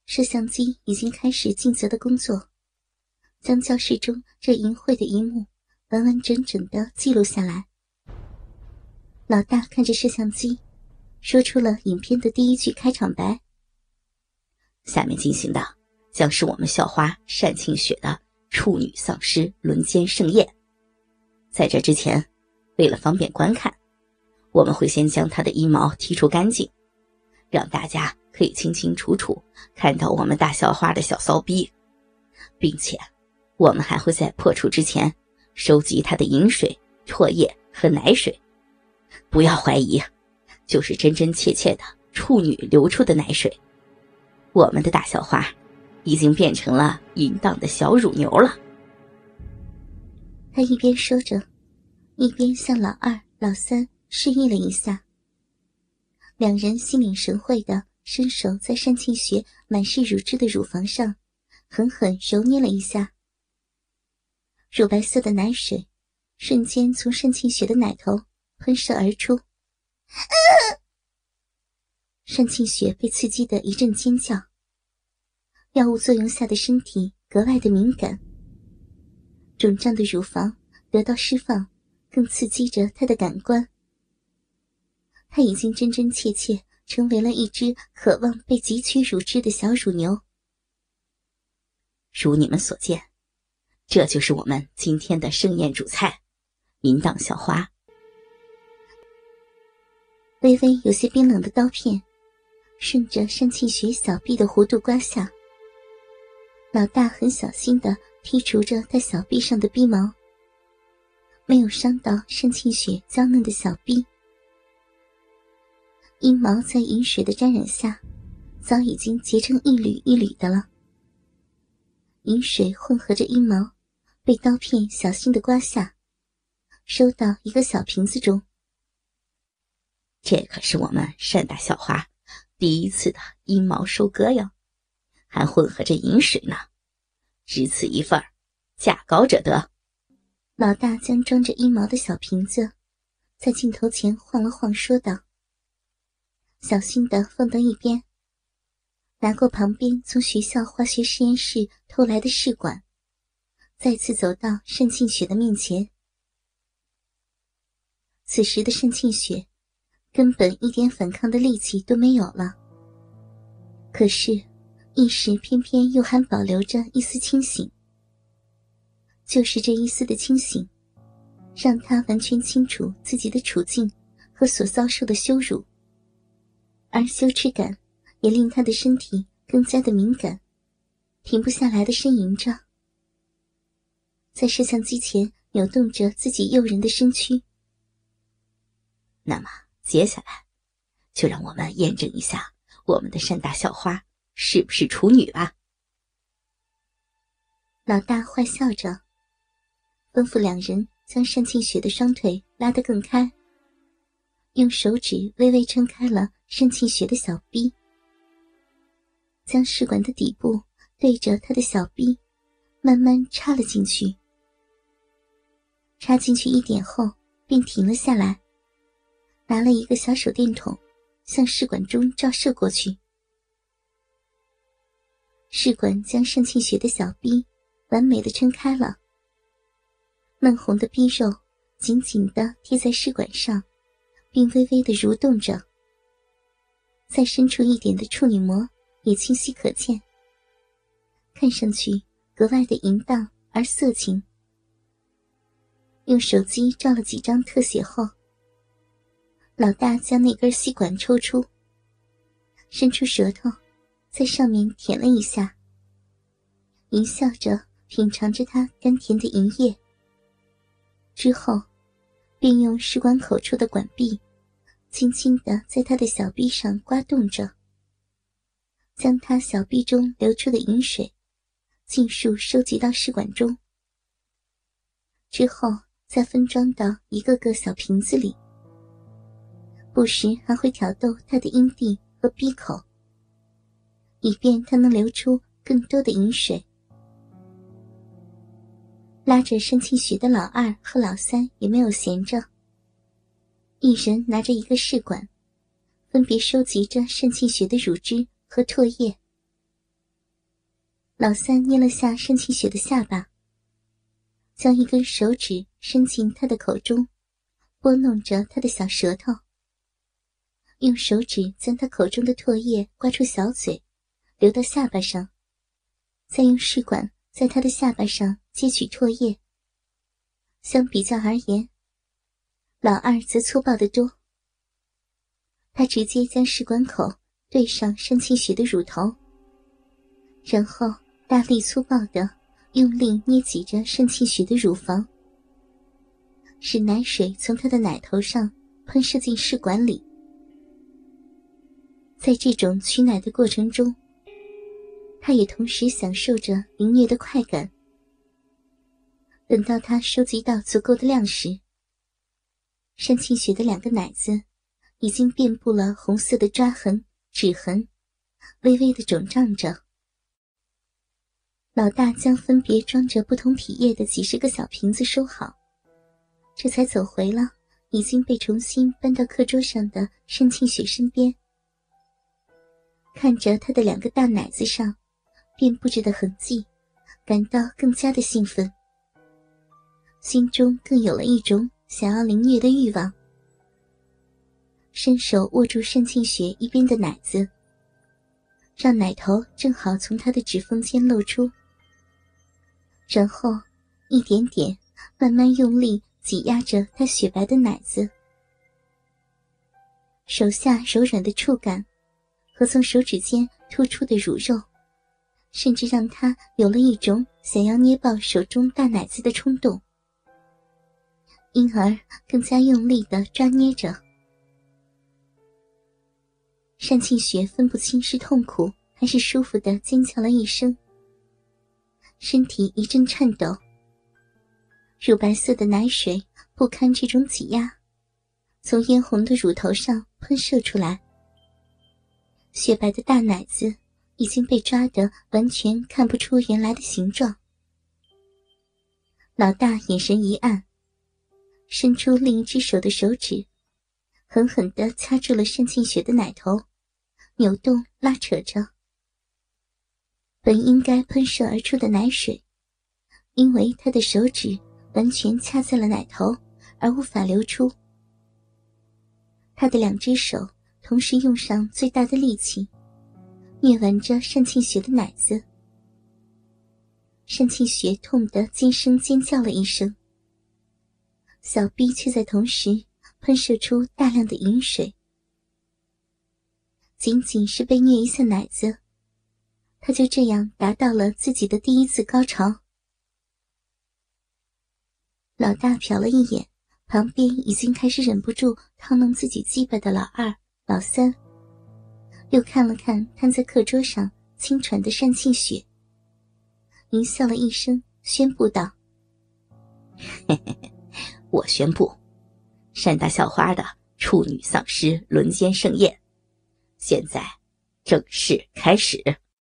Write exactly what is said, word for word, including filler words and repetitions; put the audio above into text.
摄像机已经开始尽责的工作，将教室中这淫秽的一幕完完整整的记录下来。老大看着摄像机，说出了影片的第一句开场白： 下面进行的将是我们校花单庆雪的处女丧尸轮奸盛宴。在这之前，为了方便观看，我们会先将她的阴毛剔除干净，让大家可以清清楚楚看到我们大校花的小骚逼，并且我们还会在破处之前收集她的饮水、唾液和奶水。不要怀疑，就是真真切切的处女流出的奶水。我们的大校花已经变成了淫荡的小乳牛了。 他一边说着，一边向老二、老三示意了一下。两人心领神会地伸手在单庆雪满是乳汁的乳房上狠狠揉捏了一下。乳白色的奶水瞬间从单庆雪的奶头喷射而出。单庆雪被刺激的一阵尖叫，药物作用下的身体格外的敏感，肿胀的乳房得到释放，更刺激着她的感官。她已经真真切切成为了一只渴望被汲取乳汁的小乳牛。 如你们所见，这就是我们今天的盛宴主菜——淫荡校花。 微微有些冰冷的刀片顺着单庆雪小臂的弧度刮下，老大很小心地剔除着她小臂上的逼毛，没有伤到单庆雪娇嫩的小臂。阴毛在饮水的沾染下早已经结成一缕一缕的了，饮水混合着阴毛被刀片小心地刮下，收到一个小瓶子中。 这可是我们单大校花第一次的阴毛收割哟，还混合着饮水呢，只此一份，价高者得。 老大将装着阴毛的小瓶子在镜头前晃了晃，说道，小心地放到一边，拿过旁边从学校化学实验室偷来的试管，再次走到单庆雪的面前。此时的单庆雪根本一点反抗的力气都没有了，可是意识偏偏又还保留着一丝清醒。就是这一丝的清醒，让他完全清楚自己的处境和所遭受的羞辱，而羞耻感也令他的身体更加的敏感，停不下来的呻吟着，在摄像机前扭动着自己诱人的身躯。 那么接下来就让我们验证一下我们的单大校花是不是处女吧。 老大坏笑着，吩咐两人将单庆雪的双腿拉得更开，用手指微微撑开了单庆雪的小臂，将试管的底部对着她的小臂慢慢插了进去。插进去一点后便停了下来，拿了一个小手电筒向试管中照射过去。试管将单庆雪的小臂完美的撑开了，嫩红的逼肉紧紧地贴在试管上，并微微地蠕动着。再深处一点的处女膜也清晰可见，看上去格外的淫荡而色情。用手机照了几张特写后，老大将那根吸管抽出，伸出舌头在上面舔了一下，淫笑着品尝着它甘甜的淫液。之后便用试管口处的管壁轻轻地在他的小臂上刮动着，将他小臂中流出的饮水尽数收集到试管中，之后再分装到一个个小瓶子里，不时还会挑逗他的阴蒂和闭口，以便他能流出更多的饮水。拉着单庆雪的老二和老三也没有闲着，一人拿着一个试管，分别收集着单庆雪的乳汁和唾液， 老三捏了下单庆雪的下巴，将一根手指伸进她的口中，拨弄着她的小舌头，用手指将她口中的唾液刮出小嘴，流到下巴上，再用试管在她的下巴上接取唾液。相比较而言，老二则粗暴得多。他直接将试管口对上单庆雪的乳头，然后大力粗暴地用力捏挤着单庆雪的乳房，使奶水从她的奶头上喷射进试管里。在这种取奶的过程中，她也同时享受着凌虐的快感。等到她收集到足够的量时，单庆雪的两个奶子已经遍布了红色的抓痕、指痕，微微的肿胀着。老大将分别装着不同体液的几十个小瓶子收好，这才走回了已经被重新搬到课桌上的单庆雪身边，看着她的两个大奶子上遍布着的痕迹，感到更加的兴奋，心中更有了一种想要凌虐的欲望。伸手握住单庆雪一边的奶子，让奶头正好从她的指缝间露出，然后一点点慢慢用力挤压着她雪白的奶子。手下柔软的触感和从手指间突出的乳肉，甚至让她有了一种想要捏爆手中大奶子的冲动，因而更加用力地抓捏着。单庆雪分不清是痛苦还是舒服地尖叫了一声，身体一阵颤抖，乳白色的奶水不堪这种挤压，从嫣红的乳头上喷射出来，雪白的大奶子已经被抓得完全看不出原来的形状。老大眼神一暗，伸出另一只手的手指狠狠地掐住了单庆雪的奶头，扭动拉扯着。本应该喷射而出的奶水，因为他的手指完全掐在了奶头而无法流出。他的两只手同时用上最大的力气，捏玩着单庆雪的奶子。单庆雪痛得尖声尖叫了一声，小臂却在同时喷射出大量的饮水。仅仅是被虐一下奶子，他就这样达到了自己的第一次高潮。老大瞟了一眼旁边已经开始忍不住掏弄自己鸡巴的老二、老三，又看了看瘫在课桌上轻喘的单庆雪，淫笑了一声，宣布道： 嘿嘿嘿，我宣布，单大校花的处女丧尸轮奸盛宴现在正式开始。